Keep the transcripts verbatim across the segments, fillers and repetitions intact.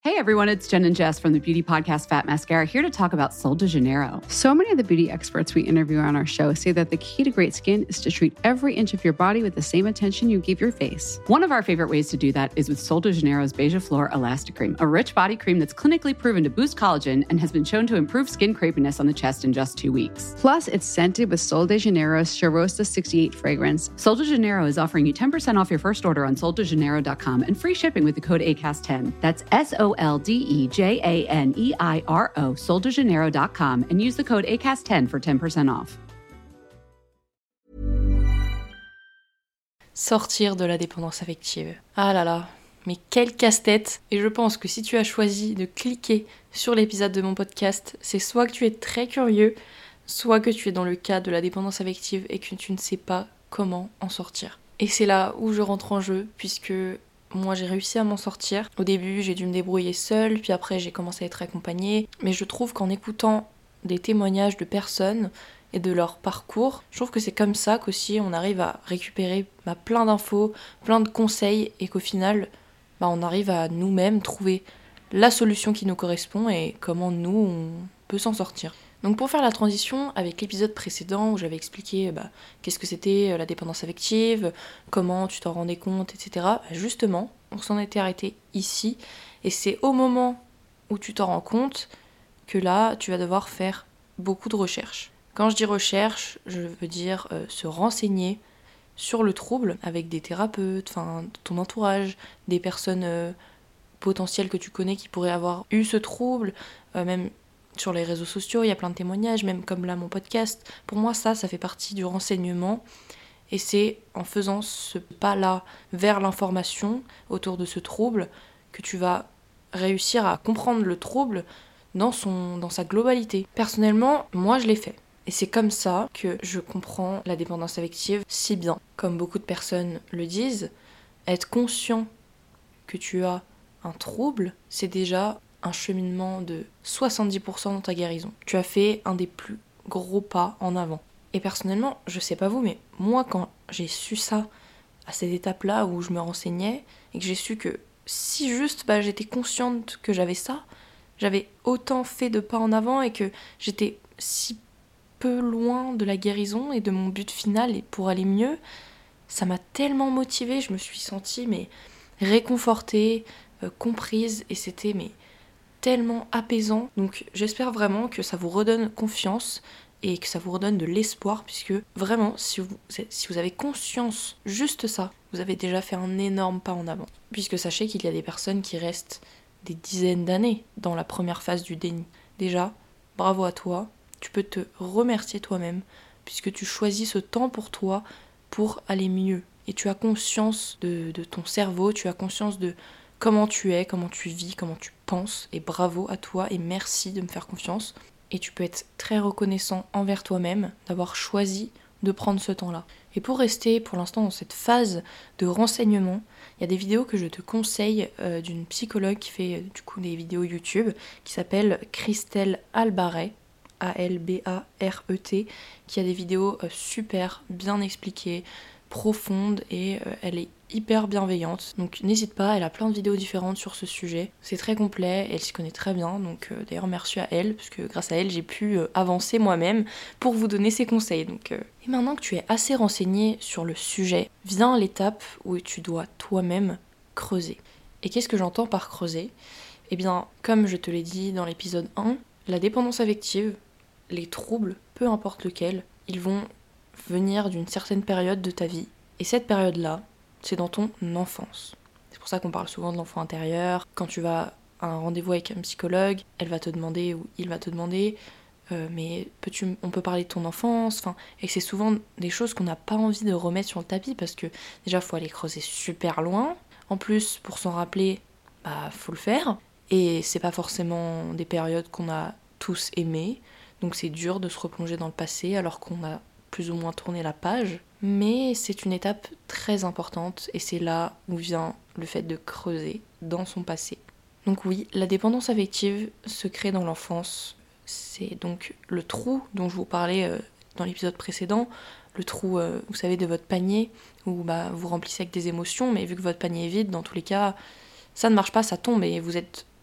Hey everyone, it's Jen and Jess from the beauty podcast Fat Mascara here to talk about Sol de Janeiro. So many of the beauty experts we interview on our show say that the key to great skin is to treat every inch of your body with the same attention you give your face. One of our favorite ways to do that is with Sol de Janeiro's Beija Flor Elastic Cream, a rich body cream that's clinically proven to boost collagen and has been shown to improve skin crepiness on the chest in just two weeks. Plus, it's scented with Sol de Janeiro's Charosta sixty-eight fragrance. Sol de Janeiro is offering you ten percent off your first order on sol de janeiro dot com and free shipping with the code A C A S T ten. That's S O L D E J A N E I R O, sol de janeiro dot com, and use the code A C A S T ten for ten percent off. Sortir de la dépendance affective. Ah là là, mais quel casse-tête. Et je pense que si tu as choisi de cliquer sur l'épisode de mon podcast, c'est soit que tu es très curieux, soit que tu es dans le cas de la dépendance affective et que tu ne sais pas comment en sortir. Et c'est là où je rentre en jeu, puisque moi j'ai réussi à m'en sortir. Au début j'ai dû me débrouiller seule, puis après j'ai commencé à être accompagnée. Mais je trouve qu'en écoutant des témoignages de personnes et de leur parcours, je trouve que c'est comme ça qu'aussi on arrive à récupérer bah, plein d'infos, plein de conseils, et qu'au final bah, on arrive à nous-mêmes trouver la solution qui nous correspond et comment nous on peut s'en sortir. Donc pour faire la transition avec l'épisode précédent où j'avais expliqué bah, qu'est-ce que c'était la dépendance affective, comment tu t'en rendais compte, et cetera. Bah justement, on s'en était arrêté ici, et c'est au moment où tu t'en rends compte que là, tu vas devoir faire beaucoup de recherches. Quand je dis recherche, je veux dire euh, se renseigner sur le trouble avec des thérapeutes, enfin ton entourage, des personnes euh, potentielles que tu connais qui pourraient avoir eu ce trouble, euh, même sur les réseaux sociaux, il y a plein de témoignages, même comme là mon podcast. Pour moi, ça, ça fait partie du renseignement. Et c'est en faisant ce pas-là vers l'information autour de ce trouble que tu vas réussir à comprendre le trouble dans, son, dans sa globalité. Personnellement, moi, je l'ai fait. Et c'est comme ça que je comprends la dépendance affective si bien. Comme beaucoup de personnes le disent, être conscient que tu as un trouble, c'est déjà un cheminement de soixante-dix pour cent dans ta guérison. Tu as fait un des plus gros pas en avant. Et personnellement, je sais pas vous, mais moi quand j'ai su ça, à cette étape-là où je me renseignais, et que j'ai su que si juste bah, j'étais consciente que j'avais ça, j'avais autant fait de pas en avant et que j'étais si peu loin de la guérison et de mon but final et pour aller mieux, ça m'a tellement motivée, je me suis sentie mais réconfortée, euh, comprise, et c'était mais tellement apaisant. Donc j'espère vraiment que ça vous redonne confiance et que ça vous redonne de l'espoir, puisque vraiment si vous, si vous avez conscience juste ça, vous avez déjà fait un énorme pas en avant. Puisque sachez qu'il y a des personnes qui restent des dizaines d'années dans la première phase du déni. Déjà, bravo à toi, tu peux te remercier toi-même puisque tu choisis ce temps pour toi pour aller mieux. Et tu as conscience de, de ton cerveau, tu as conscience de comment tu es, comment tu vis, comment tu penses, et bravo à toi et merci de me faire confiance. Et tu peux être très reconnaissant envers toi-même d'avoir choisi de prendre ce temps-là. Et pour rester pour l'instant dans cette phase de renseignement, il y a des vidéos que je te conseille euh, d'une psychologue qui fait euh, du coup des vidéos YouTube, qui s'appelle Christelle Albaret, A L B A R E T, qui a des vidéos euh, super bien expliquées, profonde, et euh, elle est hyper bienveillante. Donc n'hésite pas, elle a plein de vidéos différentes sur ce sujet. C'est très complet, elle s'y connaît très bien, donc euh, d'ailleurs merci à elle, parce que grâce à elle j'ai pu euh, avancer moi-même pour vous donner ses conseils. Donc, euh... Et maintenant que tu es assez renseigné sur le sujet, vient l'étape où tu dois toi-même creuser. Et qu'est-ce que j'entends par creuser ? Eh bien, comme je te l'ai dit dans l'épisode un, la dépendance affective, les troubles, peu importe lequel, ils vont venir d'une certaine période de ta vie. Et cette période-là, c'est dans ton enfance. C'est pour ça qu'on parle souvent de l'enfant intérieur. Quand tu vas à un rendez-vous avec un psychologue, elle va te demander, ou il va te demander, euh, mais peux-tu, on peut parler de ton enfance, enfin, et c'est souvent des choses qu'on n'a pas envie de remettre sur le tapis, parce que déjà, il faut aller creuser super loin. En plus, pour s'en rappeler, bah, faut le faire. Et c'est pas forcément des périodes qu'on a tous aimées. Donc c'est dur de se replonger dans le passé alors qu'on a plus ou moins tourné la page. Mais c'est une étape très importante et c'est là où vient le fait de creuser dans son passé. Donc oui, la dépendance affective se crée dans l'enfance. C'est donc le trou dont je vous parlais dans l'épisode précédent, le trou, euh, vous savez, de votre panier, où bah, vous remplissez avec des émotions, mais vu que votre panier est vide, dans tous les cas, ça ne marche pas, ça tombe et vous êtes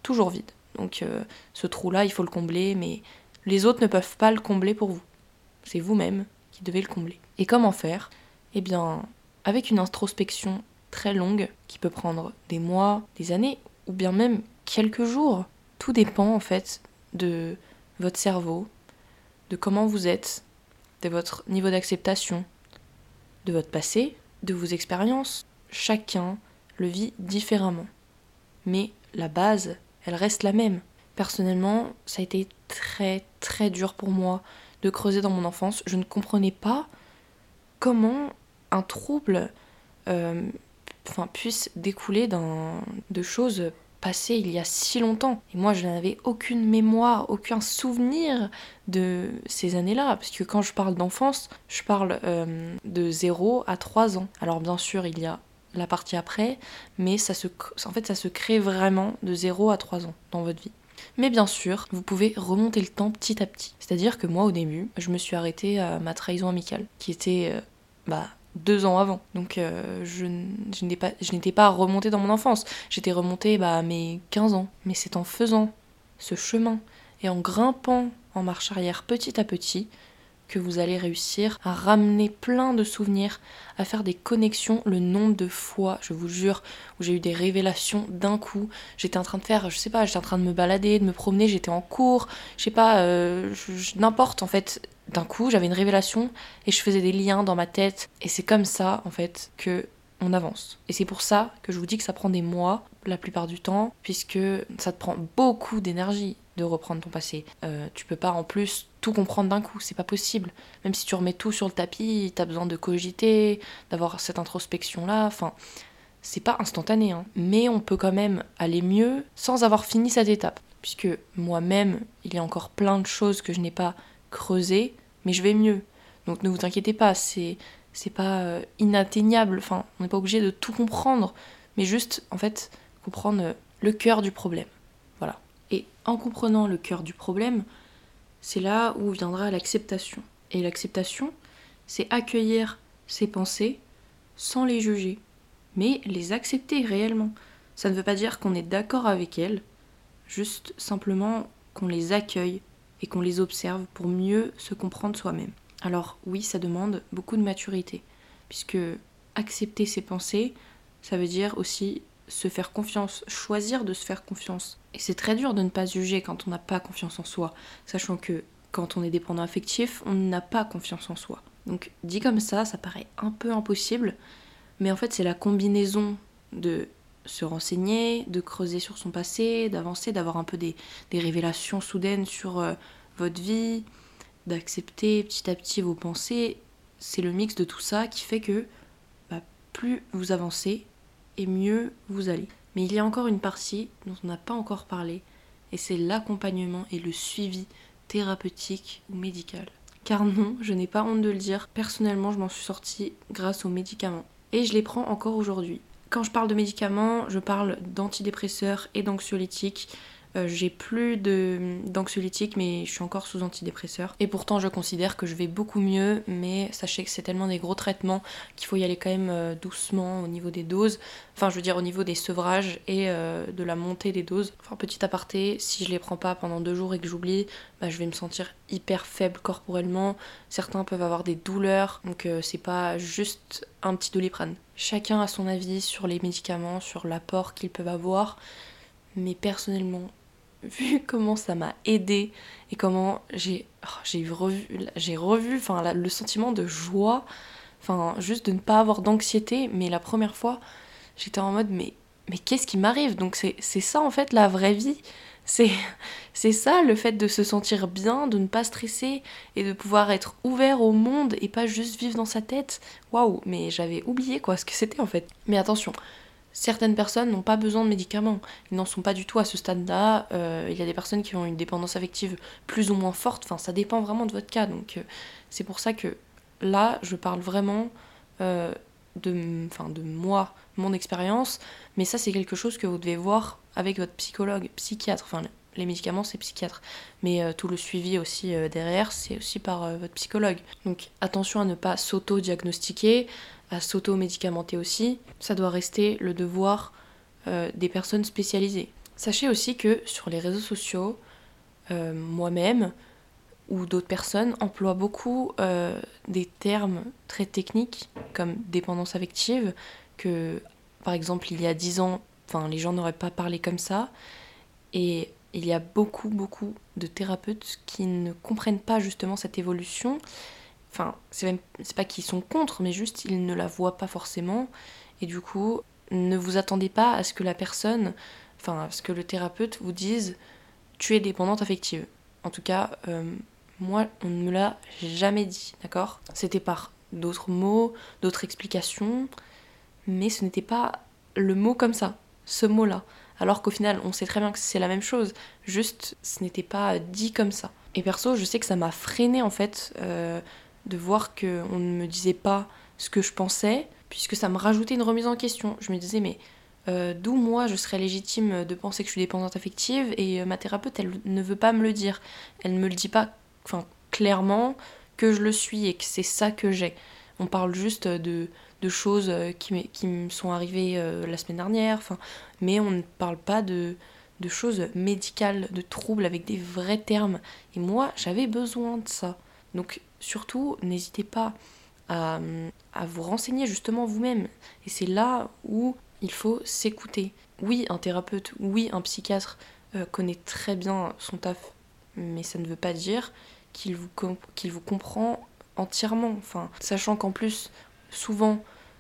toujours vide. Donc euh, ce trou-là, il faut le combler, mais les autres ne peuvent pas le combler pour vous. C'est vous-même qui devez le combler. Et comment faire ? Eh bien, avec une introspection très longue, qui peut prendre des mois, des années, ou bien même quelques jours. Tout dépend en fait de votre cerveau, de comment vous êtes, de votre niveau d'acceptation, de votre passé, de vos expériences. Chacun le vit différemment. Mais la base, elle reste la même. Personnellement, ça a été très très dur pour moi de creuser dans mon enfance. Je ne comprenais pas comment un trouble euh, enfin, puisse découler d'un, de choses passées il y a si longtemps. Et moi, je n'avais aucune mémoire, aucun souvenir de ces années-là. Parce que quand je parle d'enfance, je parle euh, de zéro à trois ans. Alors bien sûr, il y a la partie après, mais ça se, en fait, ça se crée vraiment de zéro à trois ans dans votre vie. Mais bien sûr, vous pouvez remonter le temps petit à petit. C'est-à-dire que moi, au début, je me suis arrêtée à ma trahison amicale, qui était euh, bah, deux ans avant. Donc euh, je, je, n'étais pas, je n'étais pas remontée dans mon enfance. J'étais remontée bah, à mes quinze ans. Mais c'est en faisant ce chemin et en grimpant en marche arrière petit à petit que vous allez réussir à ramener plein de souvenirs, à faire des connexions. Le nombre de fois, je vous jure, où j'ai eu des révélations d'un coup. J'étais en train de faire, je sais pas, j'étais en train de me balader, de me promener, j'étais en cours, je sais pas, euh, je, je, n'importe en fait. D'un coup, j'avais une révélation et je faisais des liens dans ma tête. Et c'est comme ça, en fait, que on avance. Et c'est pour ça que je vous dis que ça prend des mois, la plupart du temps, puisque ça te prend beaucoup d'énergie de reprendre ton passé. Euh, tu peux pas en plus tout comprendre d'un coup, c'est pas possible. Même si tu remets tout sur le tapis, t'as besoin de cogiter, d'avoir cette introspection-là, enfin, c'est pas instantané, hein. Mais on peut quand même aller mieux sans avoir fini cette étape. Puisque moi-même, il y a encore plein de choses que je n'ai pas creusées, mais je vais mieux. Donc ne vous inquiétez pas, c'est, c'est pas euh, inatteignable, enfin, on n'est pas obligé de tout comprendre, mais juste, en fait, comprendre euh, le cœur du problème. Voilà. Et en comprenant le cœur du problème, c'est là où viendra l'acceptation. Et l'acceptation, c'est accueillir ses pensées sans les juger, mais les accepter réellement. Ça ne veut pas dire qu'on est d'accord avec elles, juste simplement qu'on les accueille et qu'on les observe pour mieux se comprendre soi-même. Alors oui, ça demande beaucoup de maturité, puisque accepter ses pensées, ça veut dire aussi se faire confiance, choisir de se faire confiance. Et c'est très dur de ne pas juger quand on n'a pas confiance en soi, sachant que quand on est dépendant affectif, on n'a pas confiance en soi. Donc dit comme ça, ça paraît un peu impossible, mais en fait c'est la combinaison de se renseigner, de creuser sur son passé, d'avancer, d'avoir un peu des, des révélations soudaines sur euh, votre vie, d'accepter petit à petit vos pensées. C'est le mix de tout ça qui fait que bah, plus vous avancez, et mieux vous allez. Mais il y a encore une partie dont on n'a pas encore parlé, et c'est l'accompagnement et le suivi thérapeutique ou médical. Car non, je n'ai pas honte de le dire, personnellement je m'en suis sortie grâce aux médicaments. Et je les prends encore aujourd'hui. Quand je parle de médicaments, je parle d'antidépresseurs et d'anxiolytiques. Euh, j'ai plus de, d'anxiolytiques, mais je suis encore sous antidépresseurs. Et pourtant, je considère que je vais beaucoup mieux, mais sachez que c'est tellement des gros traitements qu'il faut y aller quand même euh, doucement au niveau des doses. Enfin, je veux dire au niveau des sevrages et euh, de la montée des doses. Enfin, petit aparté, si je les prends pas pendant deux jours et que j'oublie, bah, je vais me sentir hyper faible corporellement. Certains peuvent avoir des douleurs, donc euh, c'est pas juste un petit Doliprane. Chacun a son avis sur les médicaments, sur l'apport qu'ils peuvent avoir, mais personnellement, vu comment ça m'a aidée et comment j'ai, oh, j'ai revu, j'ai revu enfin, la, le sentiment de joie, enfin, juste de ne pas avoir d'anxiété, mais la première fois, j'étais en mode, mais, mais qu'est-ce qui m'arrive ? Donc c'est, c'est ça en fait la vraie vie, c'est, c'est ça le fait de se sentir bien, de ne pas stresser et de pouvoir être ouvert au monde et pas juste vivre dans sa tête. Waouh, mais j'avais oublié quoi ce que c'était en fait. Mais attention, certaines personnes n'ont pas besoin de médicaments, ils n'en sont pas du tout à ce stade-là. Euh, il y a des personnes qui ont une dépendance affective plus ou moins forte, enfin ça dépend vraiment de votre cas. Donc euh, c'est pour ça que là, je parle vraiment euh, de, enfin, de moi, mon expérience, mais ça c'est quelque chose que vous devez voir avec votre psychologue, psychiatre, enfin les médicaments c'est psychiatre, mais euh, tout le suivi aussi euh, derrière c'est aussi par euh, votre psychologue. Donc attention à ne pas s'auto-diagnostiquer, à s'auto-médicamenter aussi, ça doit rester le devoir euh, des personnes spécialisées. Sachez aussi que sur les réseaux sociaux, euh, moi-même ou d'autres personnes emploient beaucoup euh, des termes très techniques comme dépendance affective, que par exemple il y a dix ans, enfin, les gens n'auraient pas parlé comme ça. Et il y a beaucoup, beaucoup de thérapeutes qui ne comprennent pas justement cette évolution. Enfin, c'est même c'est pas qu'ils sont contre, mais juste ils ne la voient pas forcément. Et du coup, ne vous attendez pas à ce que la personne, enfin, à ce que le thérapeute vous dise « tu es dépendante affective ». En tout cas, euh, moi, on ne me l'a jamais dit, d'accord ? C'était par d'autres mots, d'autres explications, mais ce n'était pas le mot comme ça, ce mot-là. Alors qu'au final, on sait très bien que c'est la même chose, juste ce n'était pas dit comme ça. Et perso, je sais que ça m'a freinée en fait, euh, de voir qu'on ne me disait pas ce que je pensais, puisque ça me rajoutait une remise en question. Je me disais, mais euh, d'où moi je serais légitime de penser que je suis dépendante affective, et euh, ma thérapeute, elle ne veut pas me le dire. Elle ne me le dit pas enfin, clairement que je le suis et que c'est ça que j'ai. On parle juste de... de choses qui, qui me sont arrivées euh, la semaine dernière, enfin, mais on ne parle pas de, de choses médicales, de troubles avec des vrais termes. Et moi, j'avais besoin de ça. Donc surtout, n'hésitez pas à, à vous renseigner justement vous-même. Et c'est là où il faut s'écouter. Oui, un thérapeute, oui, un psychiatre euh, connaît très bien son taf, mais ça ne veut pas dire qu'il vous, comp- qu'il vous comprend entièrement. Enfin, sachant qu'en plus, souvent,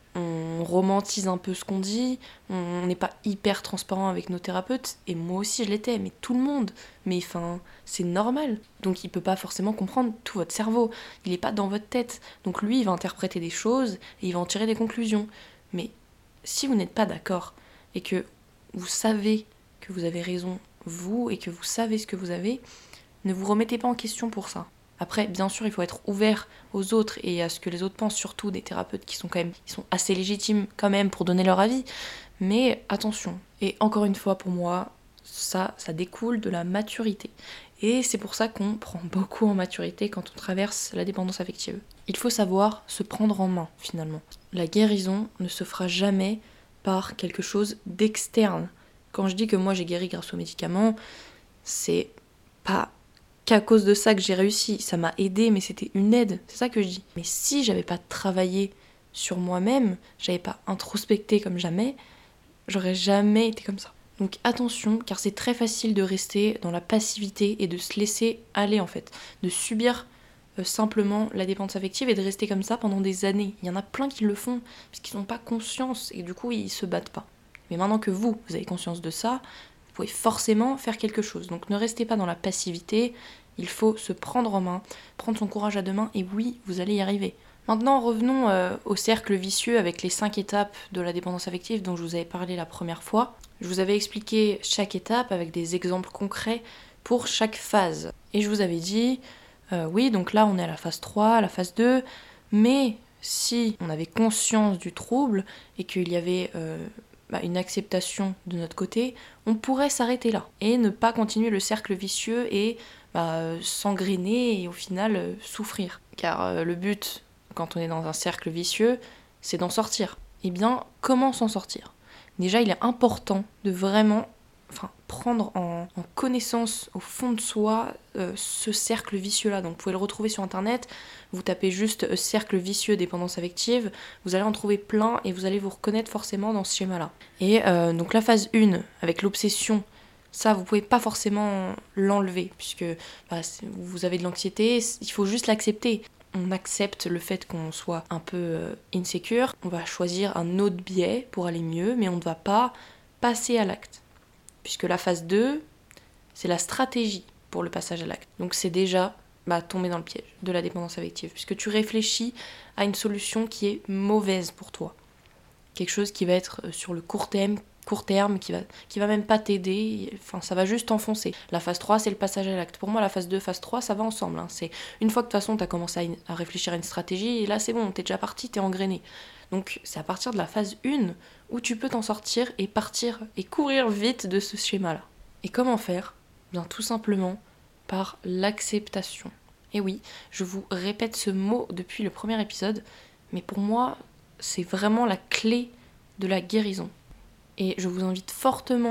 on romantise un peu ce qu'on dit, on n'est pas hyper transparent avec nos thérapeutes, et moi aussi je l'étais, mais tout le monde, mais enfin, c'est normal. Donc il peut pas forcément comprendre tout votre cerveau, il est pas dans votre tête, donc lui il va interpréter des choses, et il va en tirer des conclusions. Mais si vous n'êtes pas d'accord, et que vous savez que vous avez raison, vous, et que vous savez ce que vous avez, ne vous remettez pas en question pour ça. Après, bien sûr, il faut être ouvert aux autres et à ce que les autres pensent, surtout des thérapeutes qui sont quand même, qui sont assez légitimes quand même pour donner leur avis. Mais attention. Et encore une fois, pour moi, ça, ça découle de la maturité. Et c'est pour ça qu'on prend beaucoup en maturité quand on traverse la dépendance affective. Il faut savoir se prendre en main, finalement. La guérison ne se fera jamais par quelque chose d'externe. Quand je dis que moi j'ai guéri grâce aux médicaments, c'est pas qu'à cause de ça que j'ai réussi, ça m'a aidé, mais c'était une aide, c'est ça que je dis. Mais si j'avais pas travaillé sur moi-même, j'avais pas introspecté comme jamais, j'aurais jamais été comme ça. Donc attention, car c'est très facile de rester dans la passivité et de se laisser aller en fait, de subir euh, simplement la dépendance affective et de rester comme ça pendant des années. Il y en a plein qui le font, parce qu'ils n'ont pas conscience et du coup ils se battent pas. Mais maintenant que vous, vous avez conscience de ça, vous pouvez forcément faire quelque chose. Donc ne restez pas dans la passivité, il faut se prendre en main, prendre son courage à deux mains, et oui, vous allez y arriver. Maintenant, revenons euh, au cercle vicieux avec les cinq étapes de la dépendance affective dont je vous avais parlé la première fois. Je vous avais expliqué chaque étape avec des exemples concrets pour chaque phase. Et je vous avais dit, euh, oui, donc là on est à la phase trois, à la phase deux, mais si on avait conscience du trouble et qu'il y avait... Euh, Bah, une acceptation de notre côté, on pourrait s'arrêter là et ne pas continuer le cercle vicieux et bah, euh, s'engrainer et au final euh, souffrir. Car euh, le but, quand on est dans un cercle vicieux, c'est d'en sortir. Eh bien, comment s'en sortir ? Déjà, il est important de vraiment enfin, prendre en, en connaissance au fond de soi euh, ce cercle vicieux-là. Donc vous pouvez le retrouver sur internet, vous tapez juste euh, cercle vicieux dépendance affective, vous allez en trouver plein et vous allez vous reconnaître forcément dans ce schéma-là. Et euh, donc la phase un, avec l'obsession, ça vous pouvez pas forcément l'enlever, puisque bah, vous avez de l'anxiété, il faut juste l'accepter. On accepte le fait qu'on soit un peu euh, insécure, on va choisir un autre biais pour aller mieux, mais on ne va pas passer à l'acte. Puisque la phase deux, c'est la stratégie pour le passage à l'acte. Donc c'est déjà bah, tomber dans le piège de la dépendance affective, puisque tu réfléchis à une solution qui est mauvaise pour toi. Quelque chose qui va être sur le court terme, court terme qui va, qui va même pas t'aider, enfin ça va juste t'enfoncer. La phase trois, c'est le passage à l'acte. Pour moi, la phase deux, phase trois, ça va ensemble. Hein. C'est une fois que de toute façon, tu as commencé à, une, à réfléchir à une stratégie, et là c'est bon, t'es déjà parti, t'es engrainé. Donc c'est à partir de la phase un où tu peux t'en sortir et partir et courir vite de ce schéma-là. Et comment faire ? Bien tout simplement par l'acceptation. Et oui, je vous répète ce mot depuis le premier épisode, mais pour moi, c'est vraiment la clé de la guérison. Et je vous invite fortement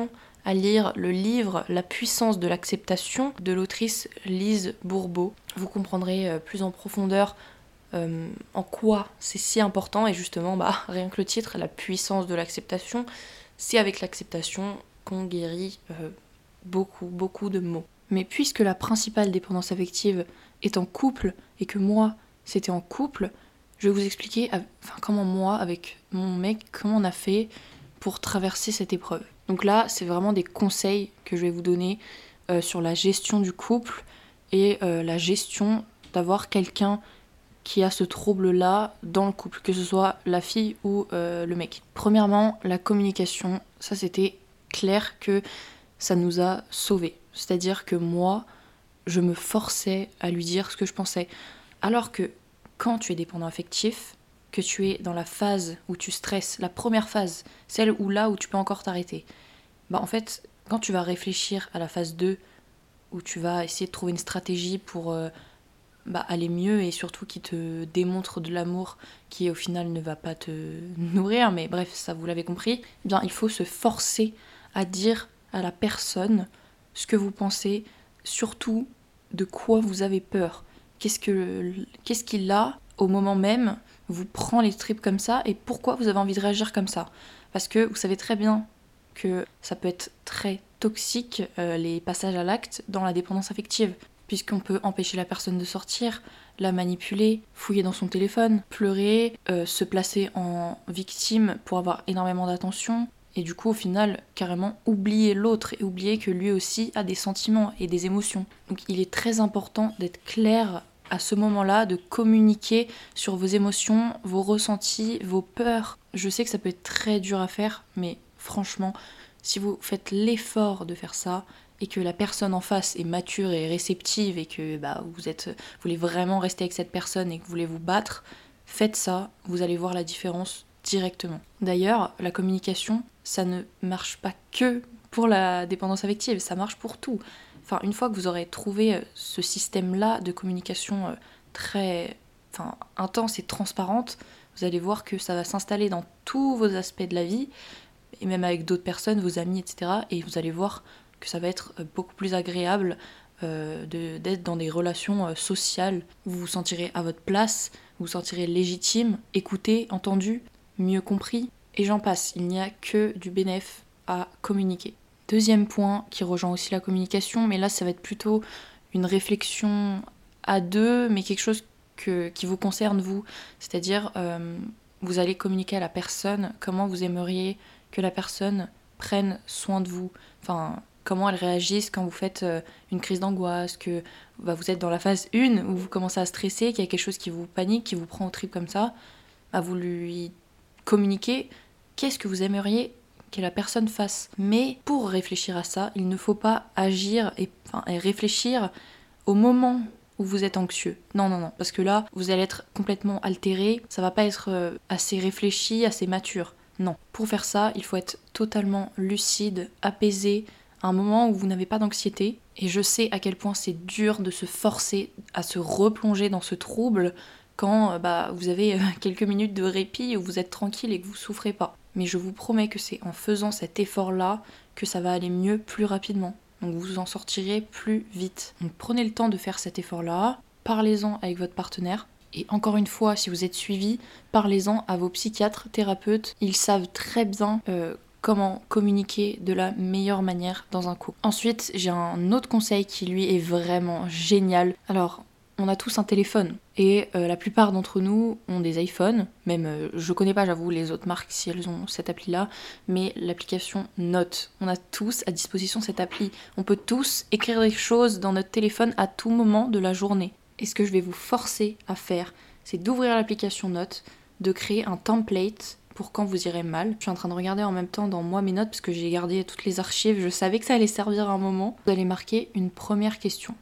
à lire le livre La puissance de l'acceptation de l'autrice Lise Bourbeau. Vous comprendrez plus en profondeur euh, en quoi c'est si important, et justement, bah, rien que le titre, La puissance de l'acceptation, c'est avec l'acceptation qu'on guérit euh, beaucoup, beaucoup de maux. Mais puisque la principale dépendance affective est en couple, et que moi, c'était en couple, je vais vous expliquer enfin, comment moi, avec mon mec, comment on a fait pour traverser cette épreuve. Donc là, c'est vraiment des conseils que je vais vous donner euh, sur la gestion du couple et euh, la gestion d'avoir quelqu'un qui a ce trouble-là dans le couple, que ce soit la fille ou euh, le mec. Premièrement, la communication, ça c'était clair que ça nous a sauvés. C'est-à-dire que moi, je me forçais à lui dire ce que je pensais. Alors que quand tu es dépendant affectif, que tu es dans la phase où tu stresses, la première phase, celle où là où tu peux encore t'arrêter, bah en fait, quand tu vas réfléchir à la phase deux, où tu vas essayer de trouver une stratégie pour euh, bah, aller mieux et surtout qui te démontre de l'amour qui au final ne va pas te nourrir, mais bref, ça vous l'avez compris, eh bien il faut se forcer à dire à la personne ce que vous pensez, surtout de quoi vous avez peur. Qu'est-ce que, qu'est-ce qui là, au moment même, vous prend les tripes comme ça et pourquoi vous avez envie de réagir comme ça. Parce que vous savez très bien que ça peut être très toxique, euh, les passages à l'acte dans la dépendance affective, puisqu'on peut empêcher la personne de sortir, la manipuler, fouiller dans son téléphone, pleurer, euh, se placer en victime pour avoir énormément d'attention, et du coup au final carrément oublier l'autre et oublier que lui aussi a des sentiments et des émotions. Donc il est très important d'être clair à ce moment-là, de communiquer sur vos émotions, vos ressentis, vos peurs. Je sais que ça peut être très dur à faire, mais franchement, si vous faites l'effort de faire ça, et que la personne en face est mature et réceptive, et que bah, vous, êtes, vous voulez vraiment rester avec cette personne et que vous voulez vous battre, faites ça, vous allez voir la différence directement. D'ailleurs, la communication, ça ne marche pas que pour la dépendance affective, ça marche pour tout. Enfin, une fois que vous aurez trouvé ce système-là de communication très enfin, intense et transparente, vous allez voir que ça va s'installer dans tous vos aspects de la vie, et même avec d'autres personnes, vos amis, et cetera. Et vous allez voir que ça va être beaucoup plus agréable euh, de, d'être dans des relations euh, sociales. Vous vous sentirez à votre place, vous vous sentirez légitime, écouté, entendu, mieux compris, et j'en passe. Il n'y a que du bénéfice à communiquer. Deuxième point qui rejoint aussi la communication, mais là ça va être plutôt une réflexion à deux, mais quelque chose que, qui vous concerne vous. C'est-à-dire, euh, vous allez communiquer à la personne comment vous aimeriez que la personne prenne soin de vous. Enfin, comment elle réagisse quand vous faites euh, une crise d'angoisse, que bah, vous êtes dans la phase un où vous commencez à stresser, qu'il y a quelque chose qui vous panique, qui vous prend au trip comme ça, bah, vous lui communiquez qu'est-ce que vous aimeriez que la personne fasse. Mais pour réfléchir à ça, il ne faut pas agir et, enfin, et réfléchir au moment où vous êtes anxieux. Non, non, non, parce que là, vous allez être complètement altéré, ça va pas être euh, assez réfléchi, assez mature. Non. Pour faire ça, il faut être totalement lucide, apaisé, à un moment où vous n'avez pas d'anxiété. Et je sais à quel point c'est dur de se forcer à se replonger dans ce trouble quand bah, vous avez quelques minutes de répit où vous êtes tranquille et que vous souffrez pas. Mais je vous promets que c'est en faisant cet effort-là que ça va aller mieux plus rapidement. Donc vous en sortirez plus vite. Donc prenez le temps de faire cet effort-là, parlez-en avec votre partenaire. Et encore une fois, si vous êtes suivi, parlez-en à vos psychiatres, thérapeutes. Ils savent très bien euh, comment communiquer de la meilleure manière dans un couple. Ensuite, j'ai un autre conseil qui lui est vraiment génial. Alors, on a tous un téléphone et euh, la plupart d'entre nous ont des iPhones, même euh, je connais pas j'avoue les autres marques si elles ont cette appli là, mais l'application Notes, on a tous à disposition cette appli, on peut tous écrire des choses dans notre téléphone à tout moment de la journée. Et ce que je vais vous forcer à faire, c'est d'ouvrir l'application Notes, de créer un template pour quand vous irez mal. Je suis en train de regarder en même temps dans moi mes notes parce que j'ai gardé toutes les archives, je savais que ça allait servir à un moment. Vous allez marquer une première question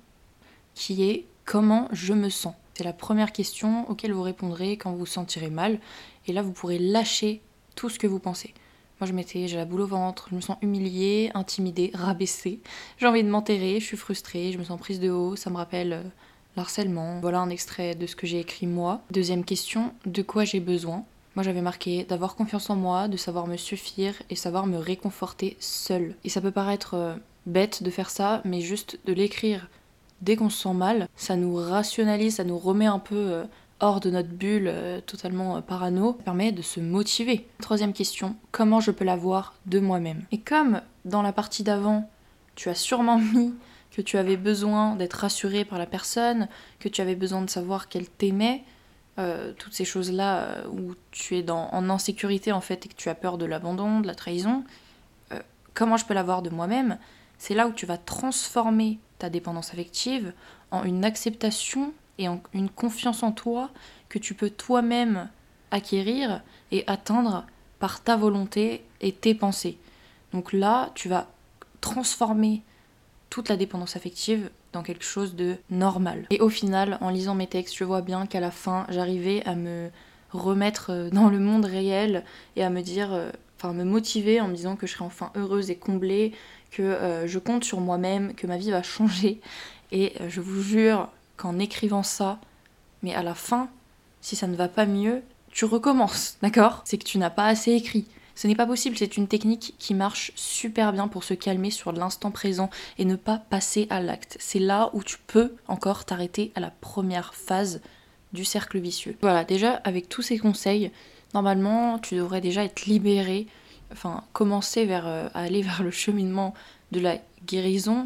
qui est comment je me sens. C'est la première question auquel vous répondrez quand vous vous sentirez mal. Et là, vous pourrez lâcher tout ce que vous pensez. Moi, je m'étais, j'ai la boule au ventre, je me sens humiliée, intimidée, rabaissée. J'ai envie de m'enterrer, je suis frustrée, je me sens prise de haut, ça me rappelle euh, l'harcèlement. Voilà un extrait de ce que j'ai écrit moi. Deuxième question, de quoi j'ai besoin ? Moi j'avais marqué d'avoir confiance en moi, de savoir me suffire et savoir me réconforter seule. Et ça peut paraître euh, bête de faire ça, mais juste de l'écrire dès qu'on se sent mal, ça nous rationalise, ça nous remet un peu euh, hors de notre bulle euh, totalement euh, parano, ça permet de se motiver. Troisième question, comment je peux l'avoir de moi-même? Et comme dans la partie d'avant, tu as sûrement mis que tu avais besoin d'être rassuré par la personne, que tu avais besoin de savoir qu'elle t'aimait, euh, toutes ces choses-là euh, où tu es dans, en insécurité en fait et que tu as peur de l'abandon, de la trahison, euh, comment je peux l'avoir de moi-même? C'est là où tu vas transformer ta dépendance affective en une acceptation et en une confiance en toi que tu peux toi-même acquérir et atteindre par ta volonté et tes pensées. Donc là, tu vas transformer toute la dépendance affective dans quelque chose de normal. Et au final, en lisant mes textes, je vois bien qu'à la fin, j'arrivais à me remettre dans le monde réel et à me dire, enfin me motiver en me disant que je serais enfin heureuse et comblée, que euh, je compte sur moi-même, que ma vie va changer. Et euh, je vous jure qu'en écrivant ça, mais à la fin, si ça ne va pas mieux, tu recommences, d'accord? C'est que tu n'as pas assez écrit. Ce n'est pas possible, c'est une technique qui marche super bien pour se calmer sur l'instant présent et ne pas passer à l'acte. C'est là où tu peux encore t'arrêter à la première phase du cercle vicieux. Voilà, déjà avec tous ces conseils, normalement tu devrais déjà être libéré, enfin commencer vers, euh, à aller vers le cheminement de la guérison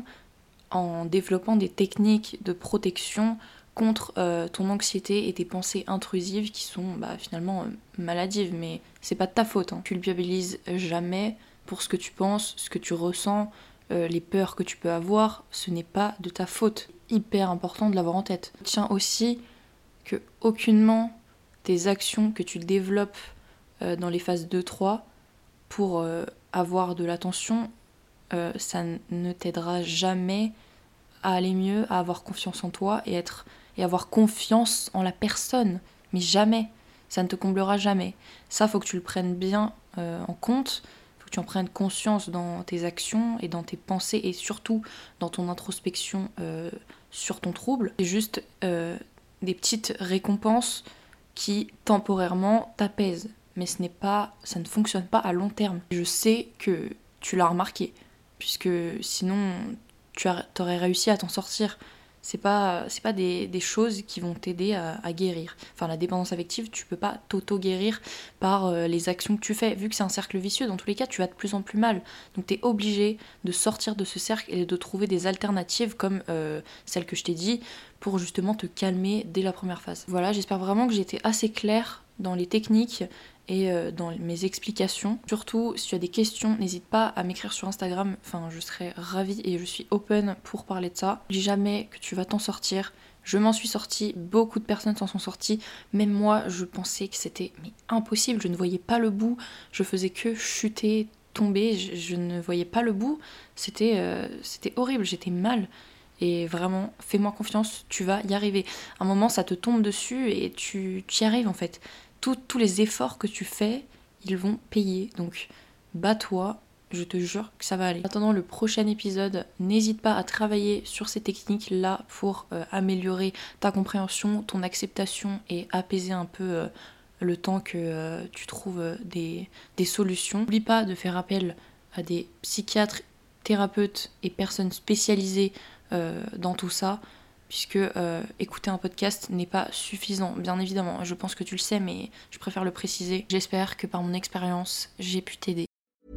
en développant des techniques de protection contre euh, ton anxiété et tes pensées intrusives qui sont bah, finalement euh, maladives, mais c'est pas de ta faute. Hein. Culpabilise jamais pour ce que tu penses, ce que tu ressens, euh, les peurs que tu peux avoir, ce n'est pas de ta faute. Hyper important de l'avoir en tête. Tiens aussi que aucunement tes actions que tu développes euh, dans les phases deux trois pour euh, avoir de l'attention, euh, ça ne t'aidera jamais à aller mieux, à avoir confiance en toi et être et avoir confiance en la personne, mais jamais, ça ne te comblera jamais. Ça, faut que tu le prennes bien euh, en compte, faut que tu en prennes conscience dans tes actions et dans tes pensées et surtout dans ton introspection euh, sur ton trouble. C'est juste euh, des petites récompenses qui temporairement t'apaisent, mais ce n'est pas, ça ne fonctionne pas à long terme. Je sais que tu l'as remarqué, puisque sinon tu aurais réussi à t'en sortir. C'est pas, c'est pas des, des choses qui vont t'aider à, à guérir. Enfin, la dépendance affective, tu peux pas t'auto-guérir par euh, les actions que tu fais. Vu que c'est un cercle vicieux, dans tous les cas, tu vas de plus en plus mal. Donc t'es obligé de sortir de ce cercle et de trouver des alternatives comme euh, celle que je t'ai dit pour justement te calmer dès la première phase. Voilà, j'espère vraiment que j'ai été assez claire dans les techniques et euh, dans mes explications. Surtout, si tu as des questions, n'hésite pas à m'écrire sur Instagram, enfin je serai ravie et je suis open pour parler de ça. N'oublie jamais que tu vas t'en sortir. Je m'en suis sortie, beaucoup de personnes s'en sont sorties, même moi je pensais que c'était mais impossible, je ne voyais pas le bout, je faisais que chuter, tomber, je, je ne voyais pas le bout, c'était, euh, c'était horrible, j'étais mal. Et vraiment, fais-moi confiance, tu vas y arriver. À un moment, ça te tombe dessus et tu, tu y arrives en fait. Tous, tous les efforts que tu fais, ils vont payer. Donc, bats-toi, je te jure que ça va aller. En attendant le prochain épisode, n'hésite pas à travailler sur ces techniques-là pour euh, améliorer ta compréhension, ton acceptation et apaiser un peu euh, le temps que euh, tu trouves euh, des, des solutions. N'oublie pas de faire appel à des psychiatres, thérapeutes et personnes spécialisées euh, dans tout ça. Puisque euh, écouter un podcast n'est pas suffisant, bien évidemment. Je pense que tu le sais, mais je préfère le préciser. J'espère que par mon expérience, j'ai pu t'aider.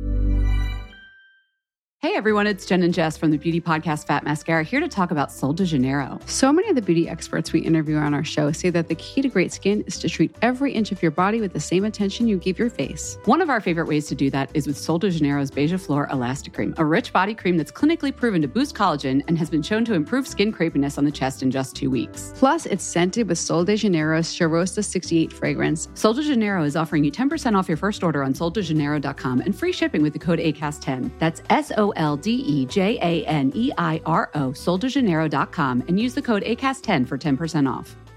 Hey everyone, it's Jen and Jess from the beauty podcast Fat Mascara here to talk about Sol de Janeiro. So many of the beauty experts we interview on our show say that the key to great skin is to treat every inch of your body with the same attention you give your face. One of our favorite ways to do that is with Sol de Janeiro's Beija Flor Elastic Cream, a rich body cream that's clinically proven to boost collagen and has been shown to improve skin crepiness on the chest in just two weeks. Plus, it's scented with Sol de Janeiro's Charosta sixty-eight fragrance. Sol de Janeiro is offering you ten percent off your first order on sol de janeiro dot com and free shipping with the code A C A S T ten. That's S O L D E J A N E I R O, sol de janeiro dot com, and use the code A C A S T ten for ten percent off.